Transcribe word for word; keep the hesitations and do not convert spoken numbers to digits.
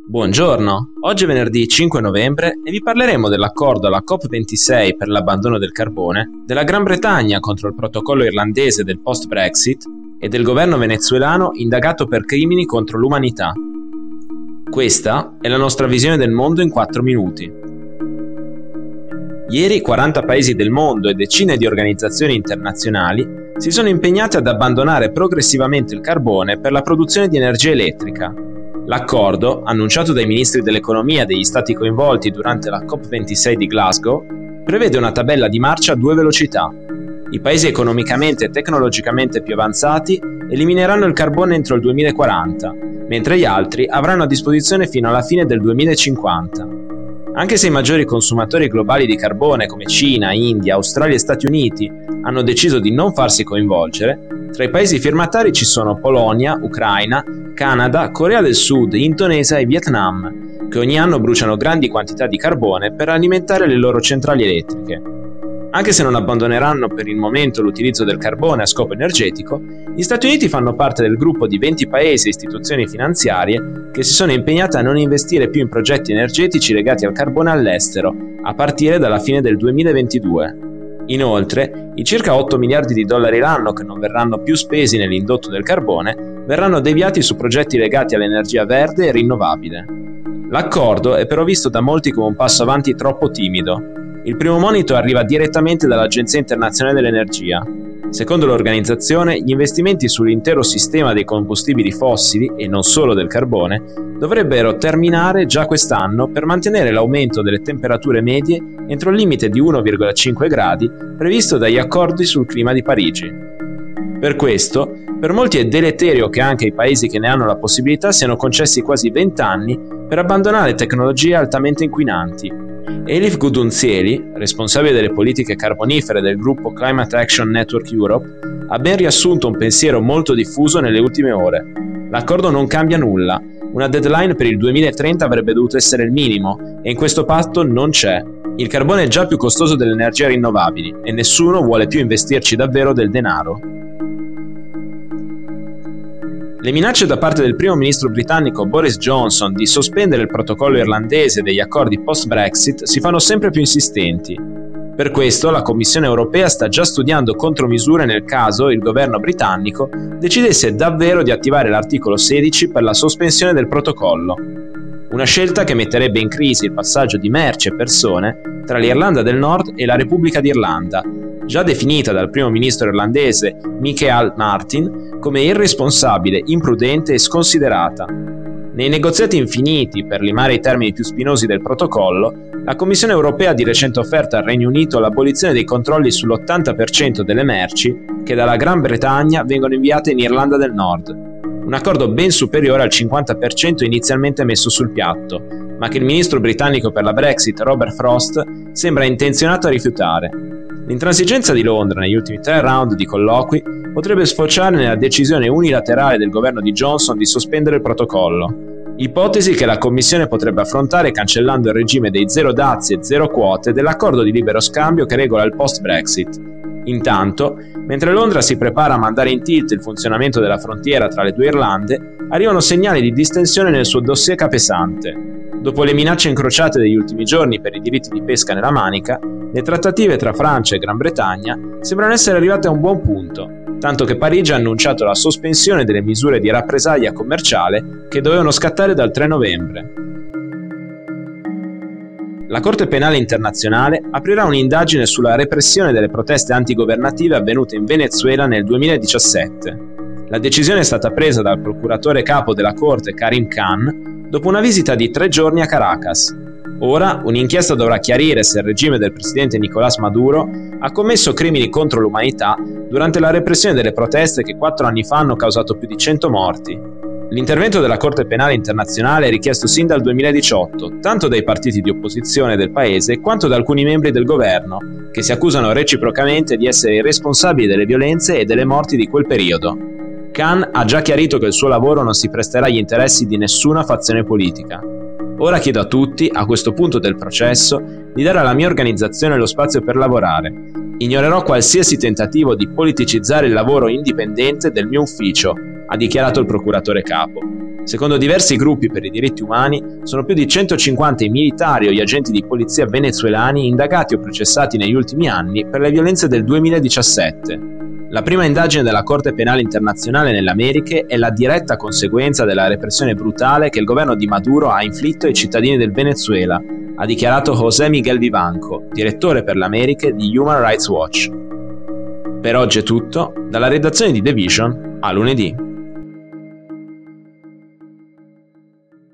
Buongiorno, oggi è venerdì cinque novembre e vi parleremo dell'accordo alla COP ventisei per l'abbandono del carbone, della Gran Bretagna contro il protocollo irlandese del post-Brexit e del governo venezuelano indagato per crimini contro l'umanità. Questa è la nostra visione del mondo in quattro minuti. Ieri quaranta paesi del mondo e decine di organizzazioni internazionali si sono impegnati ad abbandonare progressivamente il carbone per la produzione di energia elettrica. L'accordo, annunciato dai ministri dell'economia degli stati coinvolti durante la COP ventisei di Glasgow, prevede una tabella di marcia a due velocità. I paesi economicamente e tecnologicamente più avanzati elimineranno il carbone entro il duemilaquaranta, mentre gli altri avranno a disposizione fino alla fine del duemilacinquanta. Anche se i maggiori consumatori globali di carbone come Cina, India, Australia e Stati Uniti hanno deciso di non farsi coinvolgere, tra i paesi firmatari ci sono Polonia, Ucraina, Canada, Corea del Sud, Indonesia e Vietnam, che ogni anno bruciano grandi quantità di carbone per alimentare le loro centrali elettriche. Anche se non abbandoneranno per il momento l'utilizzo del carbone a scopo energetico, gli Stati Uniti fanno parte del gruppo di venti paesi e istituzioni finanziarie che si sono impegnate a non investire più in progetti energetici legati al carbone all'estero, a partire dalla fine del duemilaventidue. Inoltre, i circa otto miliardi di dollari l'anno che non verranno più spesi nell'indotto del carbone verranno deviati su progetti legati all'energia verde e rinnovabile. L'accordo è però visto da molti come un passo avanti troppo timido. Il primo monito arriva direttamente dall'Agenzia Internazionale dell'Energia. Secondo l'organizzazione, gli investimenti sull'intero sistema dei combustibili fossili, e non solo del carbone, dovrebbero terminare già quest'anno per mantenere l'aumento delle temperature medie entro il limite di uno virgola cinque gradi previsto dagli accordi sul clima di Parigi. Per questo, per molti è deleterio che anche i paesi che ne hanno la possibilità siano concessi quasi venti anni per abbandonare tecnologie altamente inquinanti. Elif Gudunzieli, responsabile delle politiche carbonifere del gruppo Climate Action Network Europe, ha ben riassunto un pensiero molto diffuso nelle ultime ore. L'accordo non cambia nulla, una deadline per il duemilatrenta avrebbe dovuto essere il minimo e in questo patto non c'è. Il carbone è già più costoso delle energie rinnovabili e nessuno vuole più investirci davvero del denaro. Le minacce da parte del primo ministro britannico Boris Johnson di sospendere il protocollo irlandese degli accordi post-Brexit si fanno sempre più insistenti. Per questo la Commissione europea sta già studiando contromisure nel caso il governo britannico decidesse davvero di attivare l'articolo sedici per la sospensione del protocollo. Una scelta che metterebbe in crisi il passaggio di merci e persone tra l'Irlanda del Nord e la Repubblica d'Irlanda, già definita dal primo ministro irlandese Michael Martin come irresponsabile, imprudente e sconsiderata. Nei negoziati infiniti per limare i termini più spinosi del protocollo, la Commissione europea ha di recente offerto al Regno Unito l'abolizione dei controlli sull'ottanta per cento delle merci che dalla Gran Bretagna vengono inviate in Irlanda del Nord, un accordo ben superiore al cinquanta per cento inizialmente messo sul piatto, ma che il ministro britannico per la Brexit Robert Frost sembra intenzionato a rifiutare. L'intransigenza di Londra negli ultimi tre round di colloqui potrebbe sfociare nella decisione unilaterale del governo di Johnson di sospendere il protocollo, ipotesi che la Commissione potrebbe affrontare cancellando il regime dei zero dazi e zero quote dell'accordo di libero scambio che regola il post-Brexit. Intanto, mentre Londra si prepara a mandare in tilt il funzionamento della frontiera tra le due Irlande, arrivano segnali di distensione nel suo dossier capesante. Dopo le minacce incrociate degli ultimi giorni per i diritti di pesca nella Manica, le trattative tra Francia e Gran Bretagna sembrano essere arrivate a un buon punto, tanto che Parigi ha annunciato la sospensione delle misure di rappresaglia commerciale che dovevano scattare dal tre novembre. La Corte Penale Internazionale aprirà un'indagine sulla repressione delle proteste antigovernative avvenute in Venezuela nel duemiladiciassette. La decisione è stata presa dal procuratore capo della Corte Karim Khan dopo una visita di tre giorni a Caracas. Ora un'inchiesta dovrà chiarire se il regime del presidente Nicolás Maduro ha commesso crimini contro l'umanità durante la repressione delle proteste che quattro anni fa hanno causato più di cento morti. L'intervento della Corte Penale Internazionale è richiesto sin dal duemiladiciotto, tanto dai partiti di opposizione del paese quanto da alcuni membri del governo, che si accusano reciprocamente di essere i responsabili delle violenze e delle morti di quel periodo. Khan ha già chiarito che il suo lavoro non si presterà agli interessi di nessuna fazione politica. Ora chiedo a tutti, a questo punto del processo, di dare alla mia organizzazione lo spazio per lavorare. Ignorerò qualsiasi tentativo di politicizzare il lavoro indipendente del mio ufficio, ha dichiarato il procuratore capo. Secondo diversi gruppi per i diritti umani, sono più di centocinquanta i militari o gli agenti di polizia venezuelani indagati o processati negli ultimi anni per le violenze del duemiladiciassette. La prima indagine della Corte Penale Internazionale nelle Americhe è la diretta conseguenza della repressione brutale che il governo di Maduro ha inflitto ai cittadini del Venezuela, ha dichiarato José Miguel Vivanco, direttore per le Americhe di Human Rights Watch. Per oggi è tutto, dalla redazione di The Vision a lunedì.